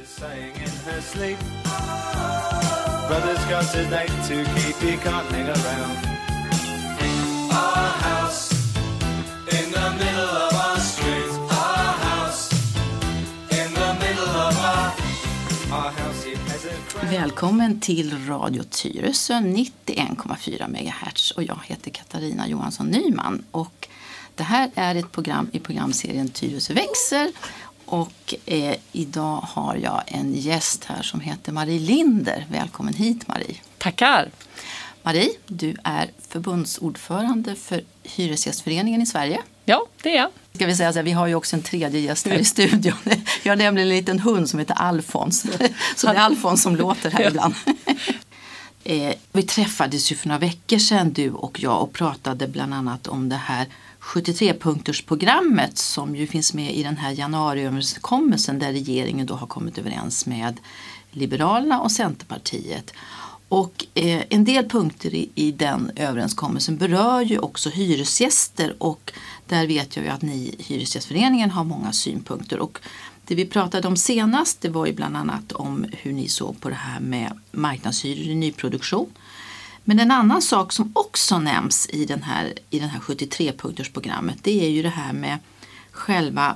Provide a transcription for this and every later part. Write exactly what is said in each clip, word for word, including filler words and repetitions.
saying in her sleep, brother's got his date to keep, he can't hang around. Our house in the middle of our street, our house in the middle of our, our house it has a crown. Välkommen till Radio Tyresö nittioen komma fyra megahertz och jag heter Katarina Johansson Nyman och det här är ett program i programserien Tyresö växer. Och eh, idag har jag en gäst här som heter Marie Linder. Välkommen hit, Marie. Tackar. Marie, du är förbundsordförande för Hyresgästföreningen i Sverige. Ja, det är jag. Ska vi säga så här, vi har ju också en tredje gäst här i studion. Jag har nämligen en liten hund som heter Alfons. Så det är Alfons som låter här ibland. eh, vi träffades ju för några veckor sedan, du och jag, och pratade bland annat om det här sjuttiotre-punktersprogrammet som ju finns med i den här januariöverenskommelsen där regeringen då har kommit överens med Liberalerna och Centerpartiet. Och eh, en del punkter i, i den överenskommelsen berör ju också hyresgäster och där vet jag ju att ni i Hyresgästföreningen har många synpunkter. Och det vi pratade om senast det var ju bland annat om hur ni såg på det här med marknadshyror i nyproduktion. Men en annan sak som också nämns i den här, i den här sjuttiotre-punktersprogrammet det är ju det här med själva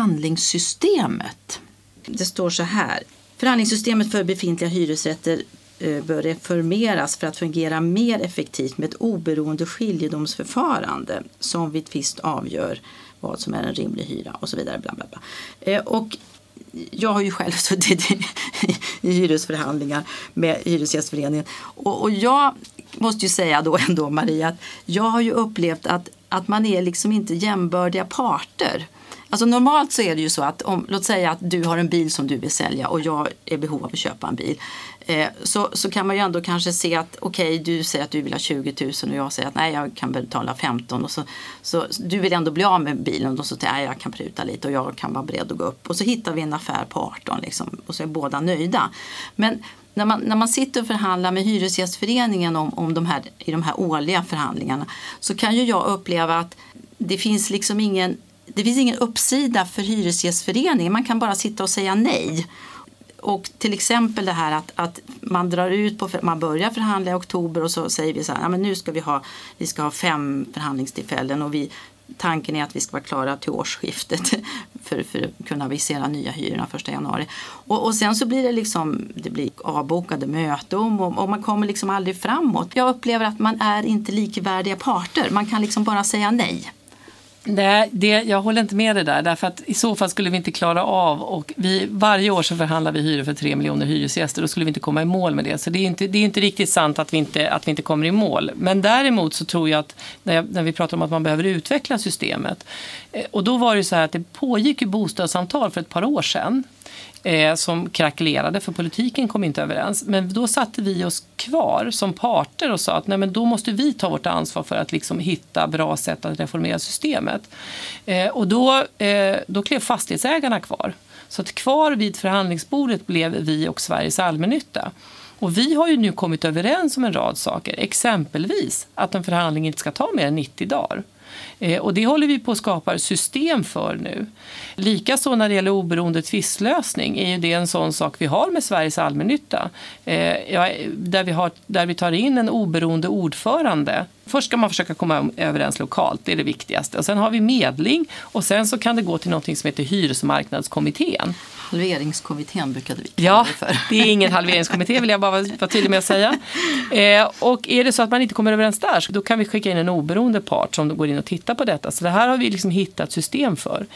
förhandlingssystemet. Det står så här. Förhandlingssystemet för befintliga hyresrätter bör reformeras för att fungera mer effektivt med ett oberoende skiljedomsförfarande som vid tvist avgör vad som är en rimlig hyra och så vidare. Bla bla bla. Och jag har ju själv suttit i, i hyresförhandlingar med Hyresgästföreningen och, och jag måste ju säga då ändå, Maria, att jag har ju upplevt att, att man är liksom inte jämbördiga parter. Alltså normalt så är det ju så att om, låt säga att du har en bil som du vill sälja och jag är i behov av att köpa en bil. Eh, så, så kan man ju ändå kanske se att okej, okay, du säger att du vill ha tjugo tusen och jag säger att nej, jag kan betala femton och så, så du vill ändå bli av med bilen och då så säger jag jag kan pruta lite och jag kan vara beredd att gå upp och så hittar vi en affär på arton liksom, och så är båda nöjda. Men när man, när man sitter och förhandlar med Hyresgästföreningen om, om de här, i de här årliga förhandlingarna så kan ju jag uppleva att det finns liksom ingen Det finns ingen uppsida för Hyresgästföreningen. Man kan bara sitta och säga nej. Och till exempel det här att, att man drar ut på, man börjar förhandla i oktober och så säger vi så här, ja, men nu ska vi ha, vi ska ha fem förhandlingstillfällen och vi, tanken är att vi ska vara klara till årsskiftet för, för att kunna visera nya hyrorna första januari. Och, och sen så blir det liksom, det blir avbokade möten och, och man kommer liksom aldrig framåt. Jag upplever att man är inte likvärdiga parter. Man kan liksom bara säga nej. Nej, det, jag håller inte med det där, därför att i så fall skulle vi inte klara av och vi, varje år så förhandlar vi hyror för tre miljoner hyresgäster, då skulle vi inte komma i mål med det. Så det är inte, det är inte riktigt sant att vi inte, att vi inte kommer i mål. Men däremot så tror jag att när, jag, när vi pratar om att man behöver utveckla systemet, och då var det så här att det pågick ju bostadssamtal för ett par år sedan eh, som krackelerade för politiken kom inte överens. Men då satte vi oss kvar som parter och sa att nej, men då måste vi ta vårt ansvar för att liksom hitta bra sätt att reformera systemet. Eh, och då, eh, då klev fastighetsägarna kvar. Så att kvar vid förhandlingsbordet blev vi och Sveriges allmännytta. Och vi har ju nu kommit överens om en rad saker. Exempelvis att en förhandling inte ska ta mer än nittio dagar. Eh, och det håller vi på att skapa system för nu. Likaså när det gäller oberoende tvistlösning är ju det en sån sak vi har med Sveriges allmännytta. Eh, ja, där, vi har, där vi tar in en oberoende ordförande. Först ska man försöka komma överens lokalt, det är det viktigaste. Och sen har vi medling och sen så kan det gå till något som heter hyresmarknadskommittén. Halveringskommittén brukade vi kalla ja, det för. Det är ingen halveringskommitté vill jag bara vara tydlig med att säga. Eh, och är det så att man inte kommer överens där, då kan vi skicka in en oberoende part som går in och tittar på detta. Så det här har vi liksom hittat system för.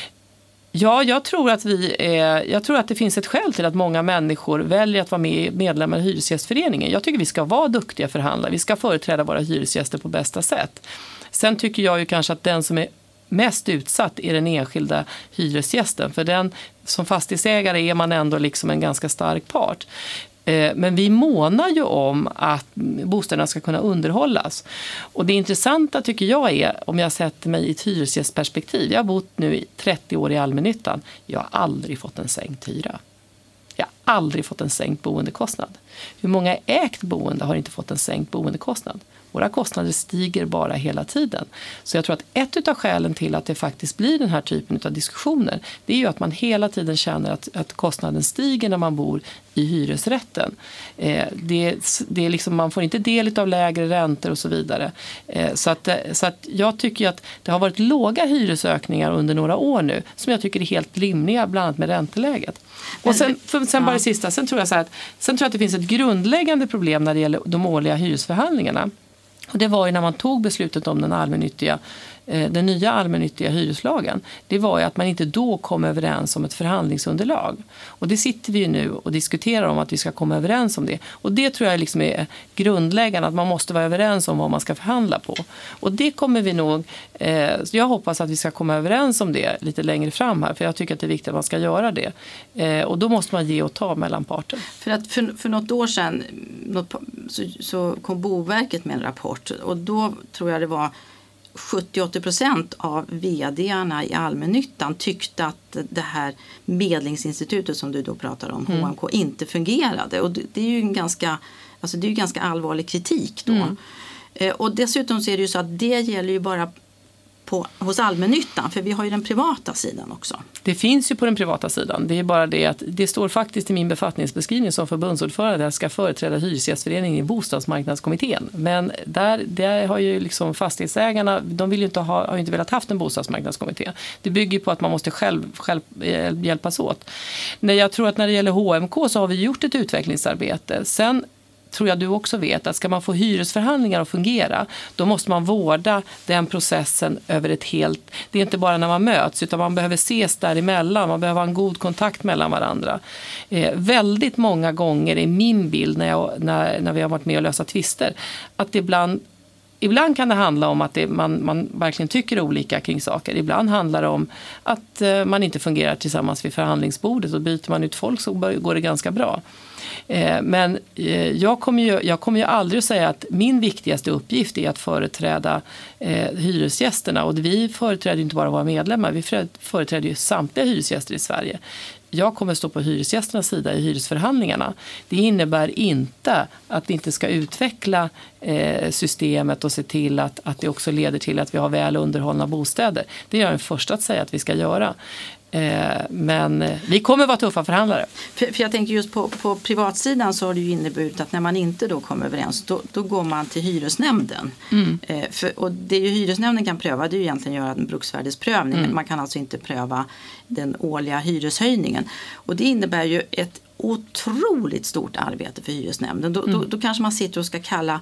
Ja, jag tror att vi är, jag tror att det finns ett skäl till att många människor väljer att vara med medlemmar i Hyresgästföreningen. Jag tycker vi ska vara duktiga förhandlare. Vi ska företräda våra hyresgäster på bästa sätt. Sen tycker jag ju kanske att den som är mest utsatt är den enskilda hyresgästen. För den som fastighetsägare är man ändå liksom en ganska stark part. Men vi månar ju om att bostäderna ska kunna underhållas. Och det intressanta tycker jag är, om jag sätter mig i ett hyresgästperspektiv. Jag har bott nu i trettio år i allmännyttan. Jag har aldrig fått en sänkt hyra. Jag har aldrig fått en sänkt boendekostnad. Hur många ägt boende har inte fått en sänkt boendekostnad? Våra kostnader stiger bara hela tiden. Så jag tror att ett av skälen till att det faktiskt blir den här typen av diskussioner, det är ju att man hela tiden känner att, att kostnaden stiger när man bor i hyresrätten. Eh, det, det är liksom, man får inte del av lägre räntor och så vidare. Eh, så, att, så att jag tycker att det har varit låga hyresökningar under några år nu som jag tycker är helt rimliga, bland annat med ränteläget. Och sen, för, sen bara det sista, sen tror jag så här att, sen tror jag att det finns ett grundläggande problem när det gäller de årliga hyresförhandlingarna. Och det var ju när man tog beslutet om den allmännyttiga den nya allmännyttiga hyreslagen, det var ju att man inte då kom överens om ett förhandlingsunderlag. Och det sitter vi ju nu och diskuterar om att vi ska komma överens om det. Och det tror jag liksom är grundläggande, att man måste vara överens om vad man ska förhandla på. Och det kommer vi nog, eh, jag hoppas att vi ska komma överens om det lite längre fram här, för jag tycker att det är viktigt att man ska göra det. Eh, och då måste man ge och ta mellan parter. För att för, för något år sedan något, så, så kom Boverket med en rapport, och då tror jag det var sjuttio till åttio procent av vdarna i allmännyttan tyckte att det här medlingsinstitutet som du då pratar om, mm. H M K, inte fungerade. Och det är ju en ganska, alltså det är ju ganska allvarlig kritik då. Mm. Eh, och dessutom så är det ju så att det gäller ju bara på, hos allmännyttan, för vi har ju den privata sidan också. Det finns ju på den privata sidan. Det är bara det att det står faktiskt i min befattningsbeskrivning som förbundsordförande att jag ska företräda hyresgästföreningen i bostadsmarknadskommittén. Men där, där har ju liksom fastighetsägarna, de vill ju inte ha, har ju inte velat haft en bostadsmarknadskommitté. Det bygger på att man måste själv, själv hjälpas åt. När jag tror att när det gäller H M K så har vi gjort ett utvecklingsarbete. Sen tror jag du också vet att ska man få hyresförhandlingar att fungera, då måste man vårda den processen över ett helt, det är inte bara när man möts utan man behöver ses däremellan, man behöver ha en god kontakt mellan varandra. Eh, väldigt många gånger är min bild när, jag, när, när vi har varit med och lösa tvister, att ibland Ibland kan det handla om att det, man, man verkligen tycker olika kring saker. Ibland handlar det om att eh, man inte fungerar tillsammans vid förhandlingsbordet, och byter man ut folk så går det ganska bra. Eh, men eh, jag, kommer ju, jag kommer ju aldrig att säga att min viktigaste uppgift är att företräda eh, hyresgästerna. Och vi företräder inte bara våra medlemmar, vi företräder ju samtliga hyresgäster i Sverige. Jag kommer stå på hyresgästernas sida i hyresförhandlingarna. Det innebär inte att vi inte ska utveckla eh, systemet och se till att, att det också leder till att vi har väl underhållna bostäder. Det är jag den första att säga att vi ska göra. Eh, men vi kommer vara tuffa förhandlare. För, för jag tänker just på, på privatsidan så har det ju inneburit att när man inte då kommer överens, då, då går man till hyresnämnden. Mm. Eh, för, och det ju hyresnämnden kan pröva, det är ju egentligen göra en bruksvärdesprövning. Mm. Man kan alltså inte pröva den årliga hyreshöjningen. Och det innebär ju ett otroligt stort arbete för hyresnämnden. Då, mm. då, då kanske man sitter och ska kalla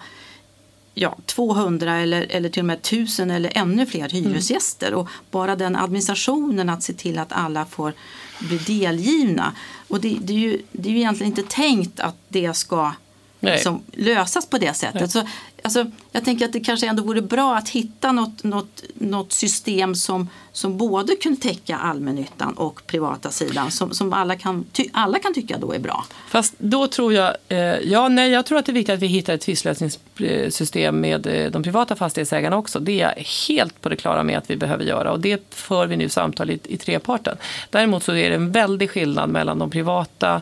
ja, tvåhundra eller, eller till och med tusen eller ännu fler hyresgäster. Mm. Och bara den administrationen att se till att alla får bli delgivna. Och det, det, är, ju, det är ju egentligen inte tänkt att det ska liksom lösas på det sättet. Så, alltså, jag tänker att det kanske ändå vore bra att hitta något, något, något system som, som både kunde täcka allmännyttan och privata sidan. Som, som alla, kan ty, alla kan tycka då är bra. Fast då tror jag, eh, ja, nej, jag tror att det är viktigt att vi hittar ett tvistlösningssystem med eh, de privata fastighetsägarna också. Det är jag helt på det klara med att vi behöver göra. Och det för vi nu samtal i, i treparten. Däremot så är det en väldig skillnad mellan de privata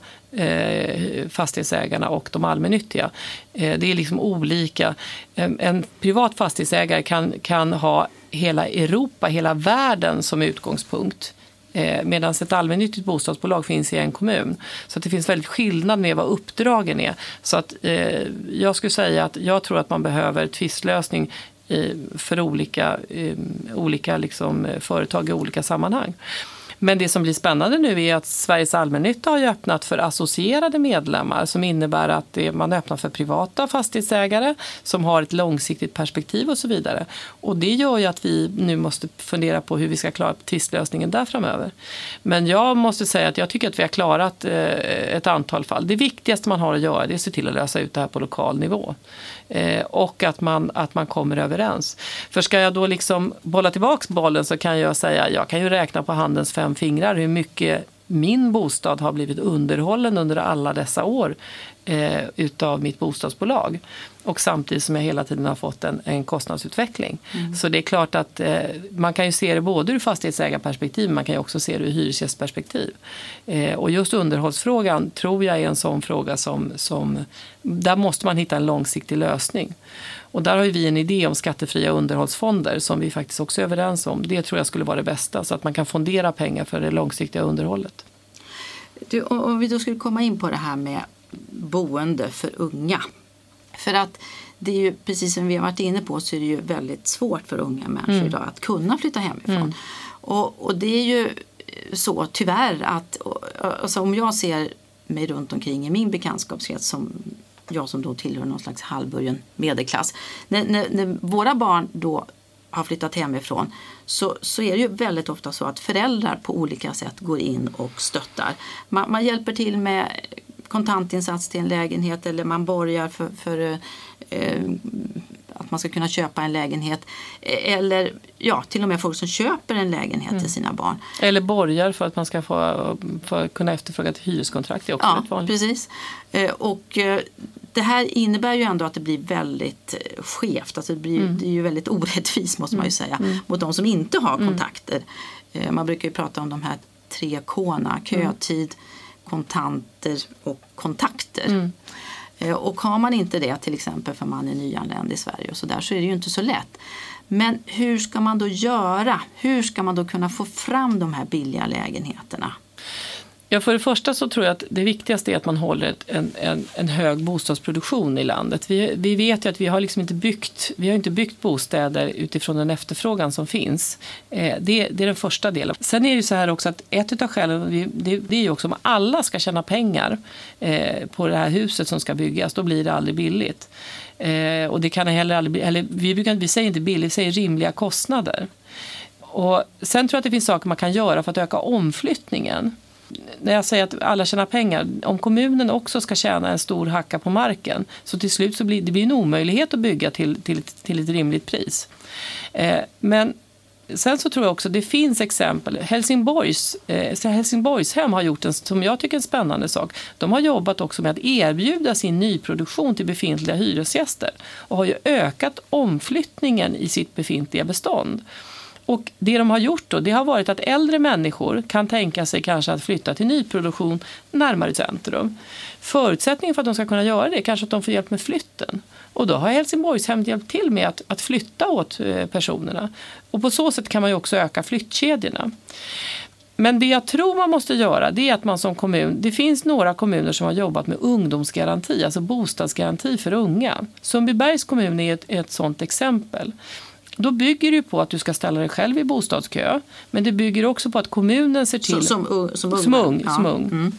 eh, fastighetsägarna och de allmännyttiga. Eh, det är liksom olika. En, en privat fastighetsägare kan, kan ha hela Europa, hela världen som utgångspunkt. Eh, medan ett allmännyttigt bostadsbolag finns i en kommun. Så att det finns väldigt skillnad med vad uppdragen är. Så att eh, jag skulle säga att jag tror att man behöver tvistlösning eh, för olika, eh, olika liksom, företag i olika sammanhang. Men det som blir spännande nu är att Sveriges allmännytta har ju öppnat för associerade medlemmar som innebär att det, man öppnar för privata fastighetsägare som har ett långsiktigt perspektiv och så vidare. Och det gör ju att vi nu måste fundera på hur vi ska klara tvistlösningen där framöver. Men jag måste säga att jag tycker att vi har klarat eh, ett antal fall. Det viktigaste man har att göra är att se till att lösa ut det här på lokal nivå. Eh, och att man, att man kommer överens. För ska jag då liksom bolla tillbaka bollen så kan jag säga, jag kan ju räkna på handens fem fingrar hur mycket min bostad har blivit underhållen under alla dessa år eh, utav mitt bostadsbolag. Och samtidigt som jag hela tiden har fått en, en kostnadsutveckling. Mm. Så det är klart att eh, man kan ju se det både ur fastighetsägarperspektiv, men man kan ju också se det ur hyresgästperspektiv. Eh, och just underhållsfrågan tror jag är en sån fråga som, som där måste man hitta en långsiktig lösning. Och där har ju vi en idé om skattefria underhållsfonder som vi faktiskt också är överens om. Det tror jag skulle vara det bästa, så att man kan fondera pengar för det långsiktiga underhållet. Du, om vi då skulle komma in på det här med boende för unga. För att det är ju, precis som vi har varit inne på, så är det ju väldigt svårt för unga människor mm. idag att kunna flytta hemifrån. Mm. Och, och det är ju så tyvärr att, alltså om jag ser mig runt omkring i min bekantskapskrets, som jag som då tillhör någon slags halvburgen medelklass. När, när, när våra barn då har flyttat hemifrån, så, så är det ju väldigt ofta så att föräldrar på olika sätt går in och stöttar. Man, man hjälper till med kontantinsats till en lägenhet, eller man borgar för, för eh, att man ska kunna köpa en lägenhet. Eller ja, till och med folk som köper en lägenhet mm. till sina barn. Eller borgar för att man ska få, få kunna efterfråga ett hyreskontrakt. Det är också ja, rätt vanligt. Precis. Eh, och eh, det här innebär ju ändå att det blir väldigt eh, skevt. Alltså det, blir, mm. det är ju väldigt orättvist, måste man ju säga, mm. mot de som inte har kontakter. Eh, man brukar ju prata om de här tre K:na: kötid, kontanter och kontakter. Mm. Och har man inte det, till exempel för man är nyanländ i Sverige och så där, så är det ju inte så lätt. Men hur ska man då göra? Hur ska man då kunna få fram de här billiga lägenheterna? Ja, för det första så tror jag att det viktigaste är att man håller ett, en, en, en hög bostadsproduktion i landet. Vi, vi vet ju att vi har liksom inte byggt, vi har inte byggt bostäder utifrån den efterfrågan som finns. Eh, det, det är den första delen. Sen är det ju så här också att ett av skälen, det, det är ju också om alla ska tjäna pengar eh, på det här huset som ska byggas, då blir det aldrig billigt. Eh, och det kan heller aldrig bli, eller vi, brukar, vi säger inte billigt, vi säger rimliga kostnader. Och sen tror jag att det finns saker man kan göra för att öka omflyttningen. När jag säger att alla tjänar pengar, om kommunen också ska tjäna en stor hacka på marken, så till slut så blir det blir en omöjlighet att bygga till, till, till ett rimligt pris. Eh, men sen så tror jag också det finns exempel. Helsingborgs, eh, Helsingborgshem har gjort en, som jag tycker, en spännande sak. De har jobbat också med att erbjuda sin nyproduktion till befintliga hyresgäster och har ju ökat omflyttningen i sitt befintliga bestånd. Och det de har gjort då, det har varit att äldre människor kan tänka sig kanske att flytta till nyproduktion närmare centrum. Förutsättningen för att de ska kunna göra det är kanske att de får hjälp med flytten. Och då har Helsingborgshem hjälpt till med att, att flytta åt personerna. Och på så sätt kan man ju också öka flyttkedjorna. Men det jag tror man måste göra, det är att man som kommun, det finns några kommuner som har jobbat med ungdomsgaranti, alltså bostadsgaranti för unga. Sundbybergs kommun är ett, ett sådant exempel. Då bygger det på att du ska ställa dig själv i bostadskö, men det bygger också på att kommunen ser till... Som, som, som ung. Som ung, ja. som ung. Mm.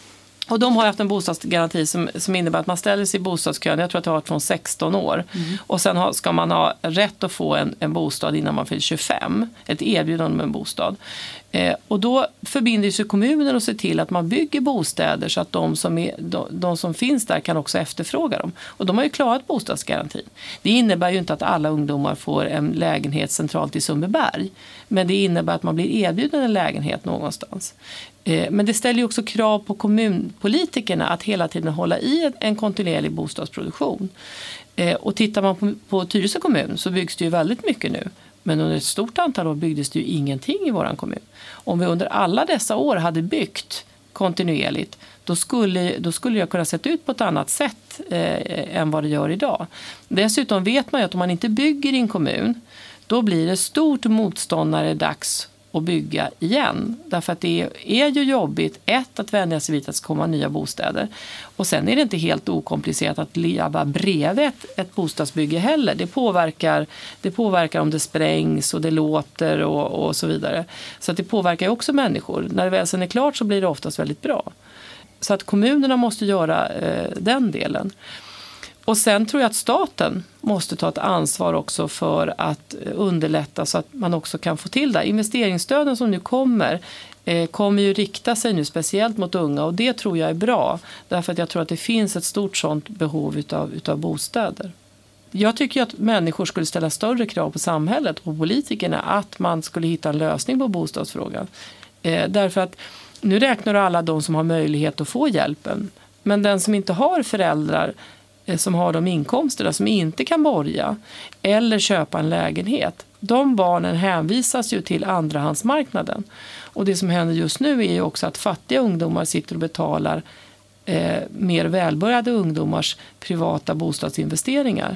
Och de har haft en bostadsgaranti som, som innebär att man ställer sig i bostadskön, jag tror att det har varit från sexton år. Mm. Och sen har, ska man ha rätt att få en, en bostad innan man fyller tjugofem, ett erbjudande med en bostad. Eh, och då förbinder sig kommunen att se till att man bygger bostäder så att de som, är, de, de som finns där kan också efterfråga dem. Och de har ju klarat bostadsgarantin. Det innebär ju inte att alla ungdomar får en lägenhet centralt i Sundbyberg, men det innebär att man blir erbjuden en lägenhet någonstans. Eh, men det ställer ju också krav på kommunpolitikerna att hela tiden hålla i en kontinuerlig bostadsproduktion. Eh, och tittar man på, på Tyresö kommun så byggs det ju väldigt mycket nu. Men under ett stort antal år byggdes det ju ingenting i våran kommun. Om vi under alla dessa år hade byggt kontinuerligt, då skulle, då skulle jag kunna sett ut på ett annat sätt eh, än vad det gör idag. Dessutom vet man ju att om man inte bygger i en kommun, då blir det stort motstånd när det är dags att bygga igen. Därför att det är ju jobbigt, ett, att vänja sig vid att det ska komma nya bostäder. Och sen är det inte helt okomplicerat att leva bredvid ett, ett bostadsbygge heller. Det påverkar, det påverkar om det sprängs och det låter och, och så vidare. Så att det påverkar ju också människor. När det väl sen är klart så blir det oftast väldigt bra. Så att kommunerna måste göra eh, den delen. Och sen tror jag att staten måste ta ett ansvar också för att underlätta så att man också kan få till det. Investeringsstöden som nu kommer eh, kommer ju rikta sig nu speciellt mot unga, och det tror jag är bra. Därför att jag tror att det finns ett stort sånt behov utav, utav bostäder. Jag tycker att människor skulle ställa större krav på samhället och politikerna att man skulle hitta en lösning på bostadsfrågan. Eh, därför att nu räknar alla de som har möjlighet att få hjälpen. Men den som inte har föräldrar som har de inkomsterna, som inte kan borga eller köpa en lägenhet, de barnen hänvisas ju till andrahandsmarknaden. Och det som händer just nu är ju också att fattiga ungdomar sitter och betalar eh, mer välbörjade ungdomars privata bostadsinvesteringar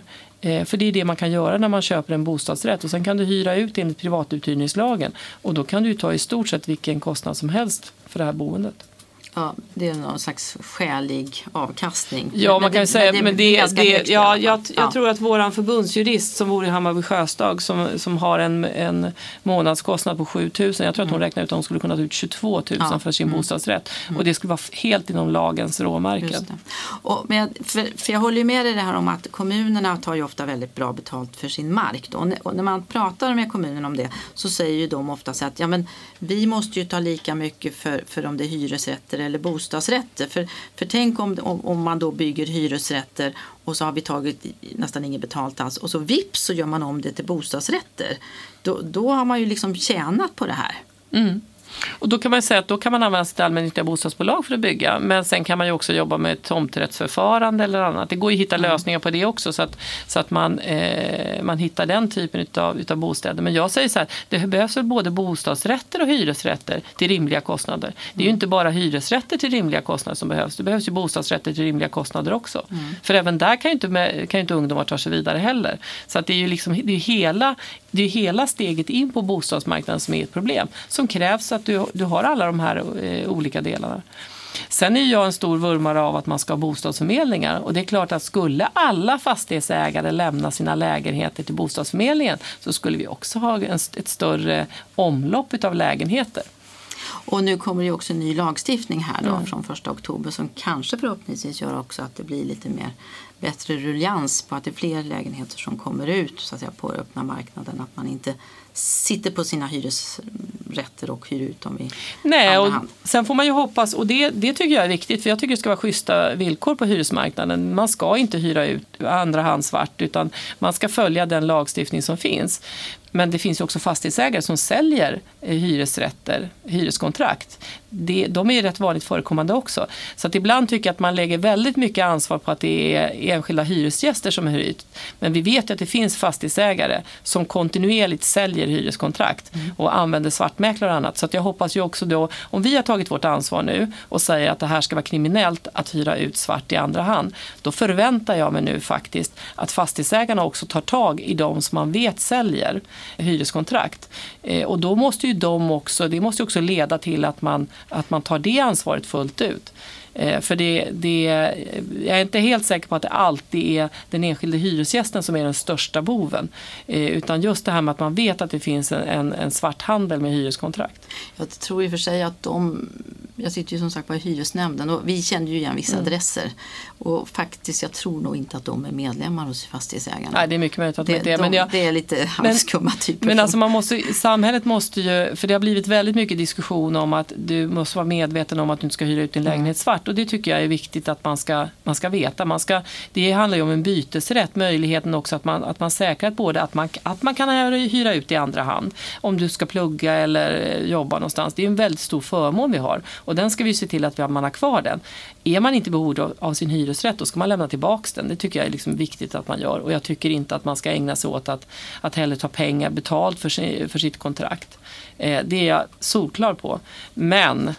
Eh, för det är det man kan göra när man köper en bostadsrätt. Och sen kan du hyra ut enligt privatuthyrningslagen. Och då kan du ta i stort sett vilken kostnad som helst för det här boendet. Ja, det är någon slags skälig avkastning. Ja, man men kan det, säga, men det, men det, det, det, det ja, jag, ja. jag tror att våran förbundsjurist som bor i Hammarby Sjöstad som, som har en, en månadskostnad på sju tusen, jag tror att hon mm. räknar ut att hon skulle kunna ta ut tjugotvå tusen ja. för sin mm. bostadsrätt. Mm. Och det skulle vara helt inom lagens råmärken. Och men, för, för jag håller ju med dig det här om att kommunerna tar ju ofta väldigt bra betalt för sin mark. Då. Och, när, och när man pratar med kommunen om det så säger ju de ofta så att ja, men, vi måste ju ta lika mycket för, för om det är hyresrätter eller bostadsrätter. För, för tänk om, om, om man då bygger hyresrätter och så har vi tagit nästan inget betalt alls och så vips så gör man om det till bostadsrätter. Då, då har man ju liksom tjänat på det här. Mm. Och då kan man säga att då kan man använda sitt allmännyttiga bostadsbolag för att bygga. Men sen kan man ju också jobba med tomträttsförfarande eller annat. Det går ju att hitta mm. lösningar på det också så att, så att man, eh, man hittar den typen utav, utav bostäder. Men jag säger så här, det behövs väl både bostadsrätter och hyresrätter till rimliga kostnader. Mm. Det är ju inte bara hyresrätter till rimliga kostnader som behövs. Det behövs ju bostadsrätter till rimliga kostnader också. Mm. För även där kan ju inte, kan ju inte ungdomar ta sig vidare heller. Så att det är ju liksom, det är hela, det är hela steget in på bostadsmarknaden som är ett problem. Som krävs att Du, du har alla de här eh, olika delarna. Sen är jag en stor vurmare av att man ska ha bostadsförmedlingar. Och det är klart att skulle alla fastighetsägare lämna sina lägenheter till bostadsförmedlingen så skulle vi också ha en, ett större omlopp av lägenheter. Och nu kommer det också en ny lagstiftning här då, mm. från första oktober som kanske förhoppningsvis gör också att det blir lite mer bättre ruljans på att det är fler lägenheter som kommer ut så att säga, på öppna marknaden. Att man inte sitter på sina hyresrätter och hyr ut dem i Nej, andra och hand. Sen får man ju hoppas, och det, det tycker jag är viktigt, för jag tycker det ska vara schyssta villkor på hyresmarknaden. Man ska inte hyra ut andra hand svart utan man ska följa den lagstiftning som finns. Men det finns ju också fastighetsägare som säljer hyresrätter, hyreskontrakt. Det, de är ju rätt vanligt förekommande också. Så att ibland tycker jag att man lägger väldigt mycket ansvar på att det är enskilda hyresgäster som hyr ut. Men vi vet ju att det finns fastighetsägare som kontinuerligt säljer hyreskontrakt mm. och använder svartmäklare och annat. Så att jag hoppas ju också då, om vi har tagit vårt ansvar nu och säger att det här ska vara kriminellt att hyra ut svart i andra hand, då förväntar jag mig nu faktiskt att fastighetsägarna också tar tag i de som man vet säljer hyreskontrakt. Eh, och då måste ju de också, det måste ju också leda till att man, att man tar det ansvaret fullt ut. Eh, för det, det, jag är inte helt säker på att det alltid är den enskilde hyresgästen som är den största boven. Eh, utan just det här med att man vet att det finns en, en, en svart handel med hyreskontrakt. Jag tror i och för sig att de, jag sitter ju som sagt på hyresnämnden och vi känner ju igen vissa mm. adresser. Och faktiskt, jag tror nog inte att de är medlemmar hos fastighetsägarna. Nej, det är mycket möjligt att det, det är. De, men jag, det är lite halvskumma typer. Men alltså man måste, samhället måste ju, för det har blivit väldigt mycket diskussion om att du måste vara medveten om att du inte ska hyra ut din lägenhet svart. Och det tycker jag är viktigt att man ska, man ska veta. Man ska, det handlar ju om en bytesrätt, möjligheten också att man, att man säkrar både att man, att man kan hyra ut i andra hand om du ska plugga eller jobba någonstans. Det är en väldigt stor förmån vi har och den ska vi se till att vi, man har kvar den. Är man inte behov av, av sin hyresrätt då ska man lämna tillbaka den. Det tycker jag är liksom viktigt att man gör och jag tycker inte att man ska ägna sig åt att, att hellre ta pengar betalt för, sin, för sitt kontrakt. Eh, det är jag solklar på. Men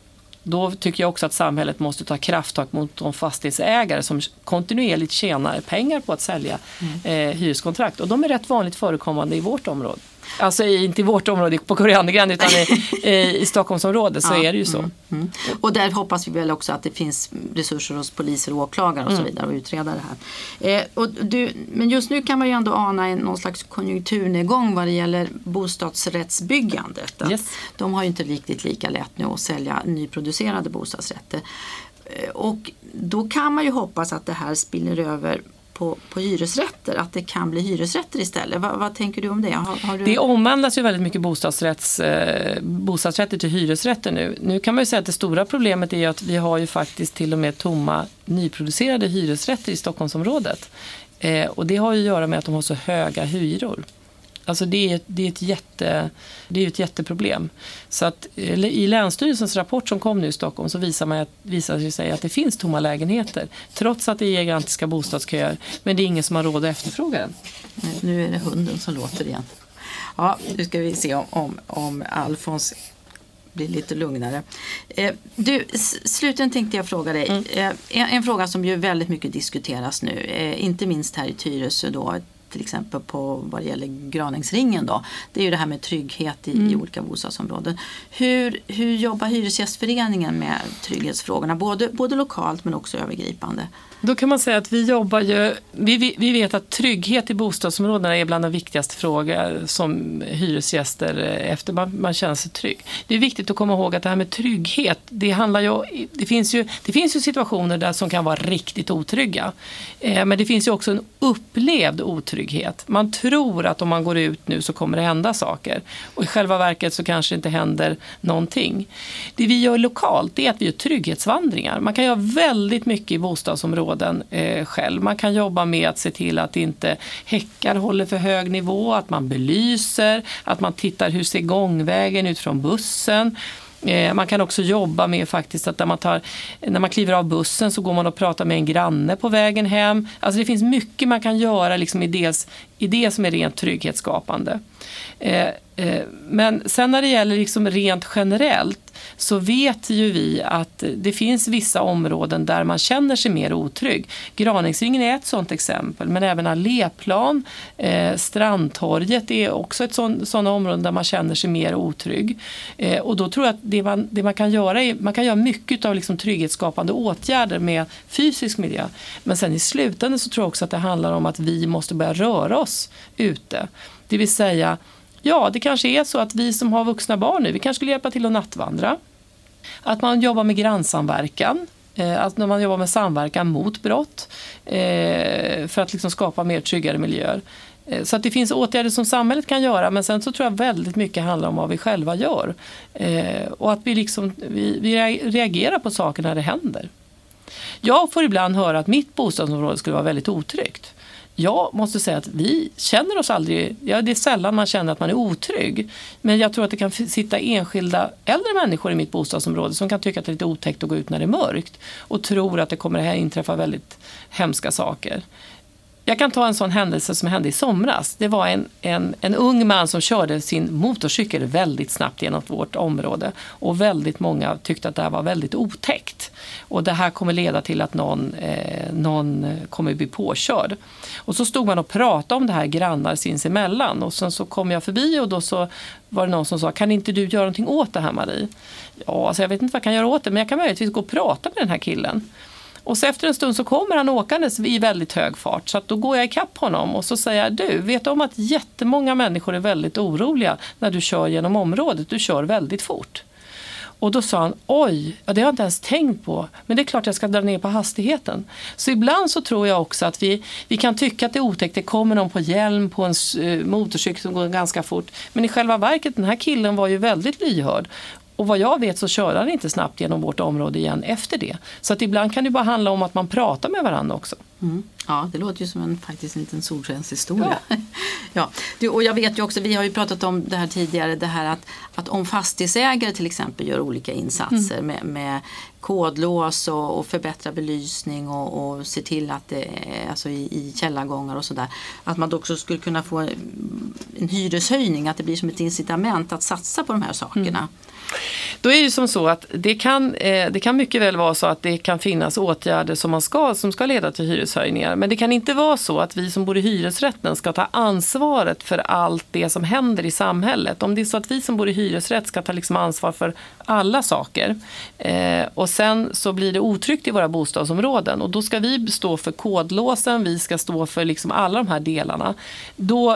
då tycker jag också att samhället måste ta krafttag mot de fastighetsägare som kontinuerligt tjänar pengar på att sälja mm. eh, hyreskontrakt. Och de är rätt vanligt förekommande i vårt område. Alltså inte i vårt område på Koriandergränd utan i, i, i Stockholmsområdet så ja, är det ju så. Mm, mm. Och där hoppas vi väl också att det finns resurser hos poliser och åklagare och mm. så vidare och utreda det här. Eh, och du, men just nu kan man ju ändå ana en, någon slags konjunkturnedgång vad det gäller bostadsrättsbyggandet. Yes. De har ju inte riktigt lika lätt nu att sälja nyproducerade bostadsrätter. Eh, och då kan man ju hoppas att det här spiller över På, på hyresrätter, att det kan bli hyresrätter istället. Va, vad tänker du om det? Har, har du... Det omvandlas ju väldigt mycket bostadsrätts, eh, bostadsrätter till hyresrätter nu. Nu kan man ju säga att det stora problemet är att vi har ju faktiskt till och med tomma nyproducerade hyresrätter i Stockholmsområdet. Eh, och det har ju att göra med att de har så höga hyror. Alltså det är, det är ett jätte, det är ett jätteproblem. Så att i Länsstyrelsens rapport som kom nu i Stockholm så visar man att, visar det sig att det finns tomma lägenheter. Trots att det är gigantiska bostadsköer. Men det är ingen som har råd att efterfråga den. Nu är det hunden som låter igen. Ja, nu ska vi se om, om, om Alfons blir lite lugnare. Eh, du, slutligen tänkte jag fråga dig. Mm. Eh, en, en fråga som ju väldigt mycket diskuteras nu. Eh, inte minst här i Tyresö då. Till exempel på vad det gäller Graningsringen då. Det är ju det här med trygghet i, mm. i olika bostadsområden. Hur, hur jobbar Hyresgästföreningen med trygghetsfrågorna? Både, både lokalt men också övergripande. Då kan man säga att vi jobbar ju, vi, vi vet att trygghet i bostadsområdena är bland de viktigaste frågor som hyresgäster efter man, man känner sig trygg. Det är viktigt att komma ihåg att det här med trygghet, det handlar ju, det finns ju, det finns ju situationer där som kan vara riktigt otrygga. Eh, men det finns ju också en upplevd otrygghet. Man tror att om man går ut nu så kommer det hända saker. Och i själva verket så kanske det inte händer någonting. Det vi gör lokalt är att vi gör trygghetsvandringar. Man kan göra väldigt mycket i bostadsområden Eh, själv. Man kan jobba med att se till att inte häckar håller för hög nivå, att man belyser, att man tittar hur ser gångvägen ut från bussen. Eh, man kan också jobba med faktiskt att när man, tar, när man kliver av bussen så går man och pratar med en granne på vägen hem. Alltså det finns mycket man kan göra liksom i, det, i det som är rent trygghetsskapande. Eh, eh, men sen när det gäller liksom rent generellt så vet ju vi att det finns vissa områden där man känner sig mer otrygg. Graningsringen är ett sådant exempel, men även Alléplan, eh, Strandtorget är också ett sån, sådana områden där man känner sig mer otrygg. Eh, och då tror jag att det man, det man kan göra är, man kan göra mycket av liksom trygghetsskapande åtgärder med fysisk miljö. Men sen i slutändan så tror jag också att det handlar om att vi måste börja röra oss ute. Det vill säga, ja, det kanske är så att vi som har vuxna barn nu, vi kanske skulle hjälpa till att nattvandra. Att man jobbar med grannsamverkan, eh, att när man jobbar med samverkan mot brott eh, för att liksom skapa mer tryggare miljöer. Eh, så att det finns åtgärder som samhället kan göra, men sen så tror jag väldigt mycket handlar om vad vi själva gör. Eh, och att vi, liksom, vi, vi reagerar på saker när det händer. Jag får ibland höra att mitt bostadsområde skulle vara väldigt otryggt. Jag måste säga att vi känner oss aldrig, ja, det är sällan man känner att man är otrygg. Men jag tror att det kan sitta enskilda äldre människor i mitt bostadsområde som kan tycka att det är lite otäckt att gå ut när det är mörkt. Och tror att det kommer att inträffa väldigt hemska saker. Jag kan ta en sån händelse som hände i somras. Det var en, en, en ung man som körde sin motorcykel väldigt snabbt genom vårt område. Och väldigt många tyckte att det här var väldigt otäckt. Och det här kommer leda till att någon, eh, någon kommer bli påkörd. Och så stod man och pratade om det här grannar sinsemellan. Och sen så kom jag förbi och då så var det någon som sa, kan inte du göra någonting åt det här, Marie? Ja, alltså jag vet inte vad jag kan göra åt det, men jag kan möjligtvis gå och prata med den här killen. Och så efter en stund så kommer han åkandes i väldigt hög fart. Så att då går jag ikapp honom och så säger jag, du, vet om att jättemånga människor är väldigt oroliga när du kör genom området. Du kör väldigt fort. Och då sa han, oj, ja, det har jag inte ens tänkt på. Men det är klart jag ska dra ner på hastigheten. Så ibland så tror jag också att vi, vi kan tycka att det är otäckt. Det kommer någon på hjälm på en uh, motorcykel som går ganska fort. Men i själva verket, den här killen var ju väldigt lyhörd. Och vad jag vet så kör han inte snabbt genom vårt område igen efter det. Så att ibland kan det bara handla om att man pratar med varandra också. Mm. Ja, det låter ju som en faktiskt en liten solskenshistoria. Ja. Ja. Du, och jag vet ju också, vi har ju pratat om det här tidigare, det här att, att om fastighetsägare till exempel gör olika insatser mm. med, med kodlås och, och förbättra belysning och, och se till att det är alltså i, i källargångar och sådär, att man också skulle kunna få en hyreshöjning, att det blir som ett incitament att satsa på de här sakerna. Mm. Då är det ju som så att det kan, eh, det kan mycket väl vara så att det kan finnas åtgärder som, man ska, som ska leda till hyreshöjningar. Men det kan inte vara så att vi som bor i hyresrätten ska ta ansvaret för allt det som händer i samhället. Om det är så att vi som bor i hyresrätt ska ta liksom ansvar för alla saker eh, och sen så blir det otryggt i våra bostadsområden och då ska vi stå för kodlåsen, vi ska stå för liksom alla de här delarna. Då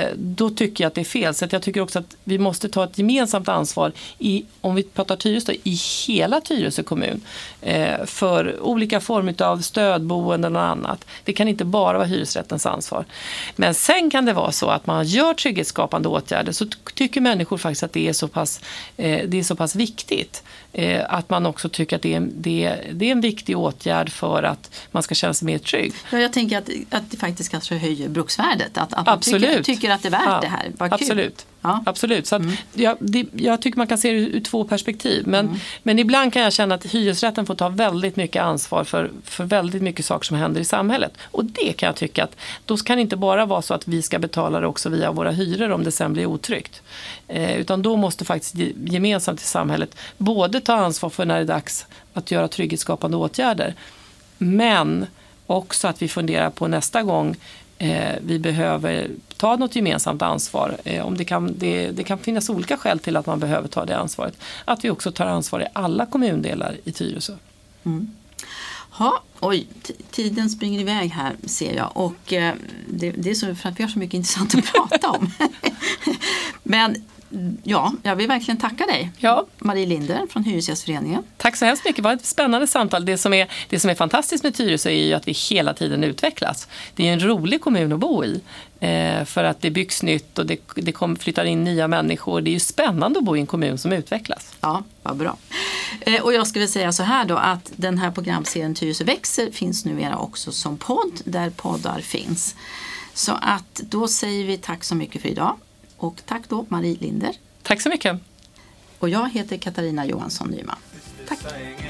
då tycker jag att det är fel. Så att jag tycker också att vi måste ta ett gemensamt ansvar i, om vi pratar Tyresö, i hela Tyresö kommun eh, för olika former av stödboenden och annat. Det kan inte bara vara hyresrättens ansvar. Men sen kan det vara så att man gör trygghetsskapande åtgärder så tycker människor faktiskt att det är så pass, eh, det är så pass viktigt. Eh, att man också tycker att det är, det, det är en viktig åtgärd för att man ska känna sig mer trygg. Ja, jag tänker att, att det faktiskt kanske höjer bruksvärdet. Att, att Absolut. Tycker, tycker att det är värt ja, det här. Vad absolut. Kul. Ja. Absolut. Så att Mm. jag, det, jag tycker man kan se det ur, ur två perspektiv. Men, mm. men ibland kan jag känna att hyresrätten får ta väldigt mycket ansvar för, för väldigt mycket saker som händer i samhället. Och det kan jag tycka att då kan det inte bara vara så att vi ska betala det också via våra hyror om det sen blir otryggt. Eh, utan då måste faktiskt gemensamt i samhället både ta ansvar för när det är dags att göra trygghetsskapande åtgärder. Men också att vi funderar på nästa gång eh, vi behöver ta något gemensamt ansvar. Eh, om det, kan, det, det kan finnas olika skäl till att man behöver ta det ansvaret. Att vi också tar ansvar i alla kommundelar i Tyresö. Mm. Ha, oj, t- tiden springer iväg här ser jag. Och eh, det, det är så för att vi har så mycket intressant att prata om. Men ja, jag vill verkligen tacka dig. Ja. Marie Linder från Hyresgästföreningen. Tack så hemskt mycket. Det var ett spännande samtal. Det som är, det som är fantastiskt med Tyresö är ju att vi hela tiden utvecklas. Det är en rolig kommun att bo i. Eh, för att det byggs nytt och det, det kommer flyttar in nya människor. Det är ju spännande att bo i en kommun som utvecklas. Ja, vad bra. Eh, och jag ska väl säga så här då att den här programserien Tyresö växer finns numera också som podd där poddar finns. Så att då säger vi tack så mycket för idag. Och tack då Marie Linder. Tack så mycket. Och jag heter Katarina Johansson Nyman. Tack.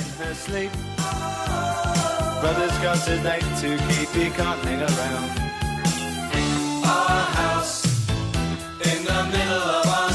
Brother's got a date to keep, he can't hang around. Our house in the middle of our